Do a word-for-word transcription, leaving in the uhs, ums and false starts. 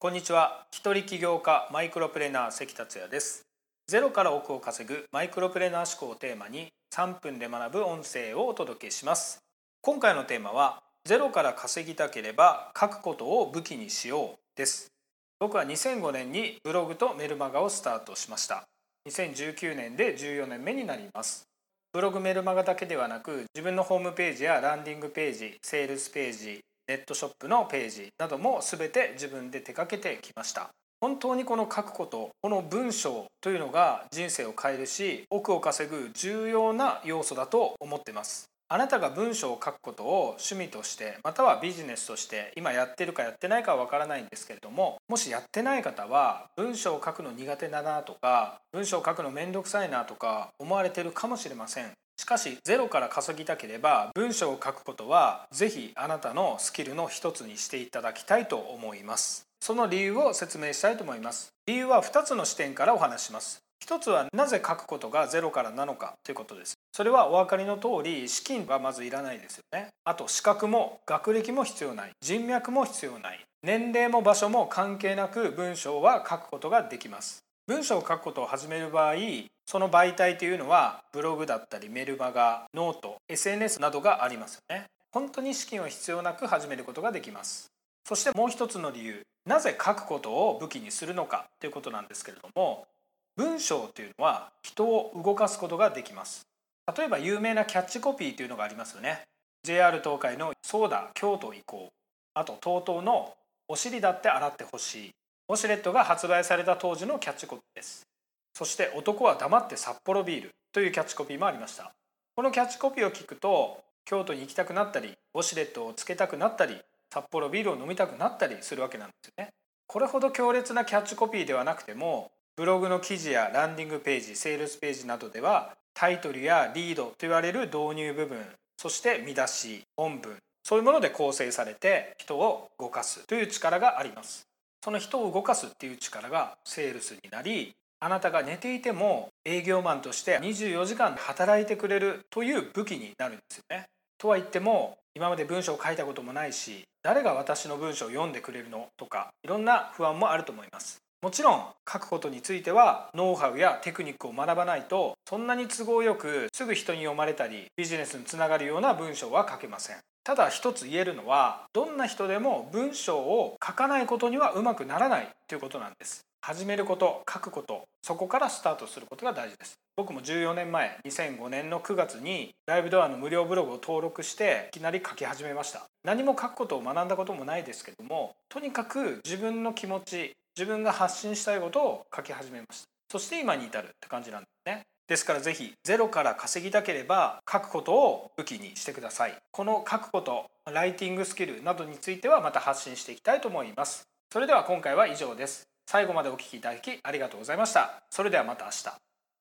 こんにちは。一人起業家マイクロプレーナー関達也です。ゼロから億を稼ぐマイクロプレーナー思考をテーマにさんぷんで学ぶ音声をお届けします。今回のテーマはゼロから稼ぎたければ書くことを武器にしようです。僕はにせんごねんにブログとメルマガをスタートしました。にせんじゅうきゅうねんでじゅうよねんめになります。ブログメルマガだけではなく、自分のホームページやランディングページ、セールスページ、ネットショップのページなども全て自分で手掛けてきました。本当にこの書くこと、この文章というのが人生を変えるし、億を稼ぐ重要な要素だと思っています。あなたが文章を書くことを趣味として、またはビジネスとして今やってるかやってないかはわからないんですけれども、もしやってない方は文章を書くの苦手だなとか、文章を書くのめんどくさいなとか思われてるかもしれません。しかしゼロから稼ぎたければ文章を書くことはぜひあなたのスキルの一つにしていただきたいと思います。その理由を説明したいと思います。理由はふたつの視点からお話します。一つはなぜ書くことがゼロからなのかということです。それはお分かりの通り、資金はまずいらないですよね。あと資格も学歴も必要ない、人脈も必要ない、年齢も場所も関係なく文章は書くことができます。文章を書くことを始める場合、その媒体というのはブログだったりメルマガ、ノート、エスエヌエス などがありますよね。本当に資金を必要なく始めることができます。そしてもう一つの理由、なぜ書くことを武器にするのかということなんですけれども、文章というのは人を動かすことができます。例えば有名なキャッチコピーというのがありますよね。 ジェイアール 東海のそうだ京都行こう、あと トートー のお尻だって洗ってほしい、ウォシュレットが発売された当時のキャッチコピーです。そして男は黙って札幌ビールというキャッチコピーもありました。このキャッチコピーを聞くと京都に行きたくなったり、ウォシュレットをつけたくなったり、札幌ビールを飲みたくなったりするわけなんですよね。これほど強烈なキャッチコピーではなくても、ブログの記事やランディングページ、セールスページなどではタイトルやリードと言われる導入部分、そして見出し、本文、そういうもので構成されて人を動かすという力があります。その人を動かすっていう力がセールスになり、あなたが寝ていても営業マンとしてにじゅうよじかん働いてくれるという武器になるんですよね。とは言っても今まで文章を書いたこともないし、誰が私の文章を読んでくれるのとか、いろんな不安もあると思います。もちろん書くことについてはノウハウやテクニックを学ばないと、そんなに都合よくすぐ人に読まれたりビジネスにつながるような文章は書けません。ただ一つ言えるのは、どんな人でも文章を書かないことにはうまくならないということなんです。始めること、書くこと、そこからスタートすることが大事です。僕もじゅうよねんまえ、にせんごねんのくがつにライブドアの無料ブログを登録していきなり書き始めました。何も書くことを学んだこともないですけども、とにかく自分の気持ち、自分が発信したいことを書き始めました。そして今に至るって感じなんですね。ですからぜひゼロから稼ぎたければ書くことを武器にしてください。この書くこと、ライティングスキルなどについてはまた発信していきたいと思います。それでは今回は以上です。最後までお聞きいただきありがとうございました。それではまた明日。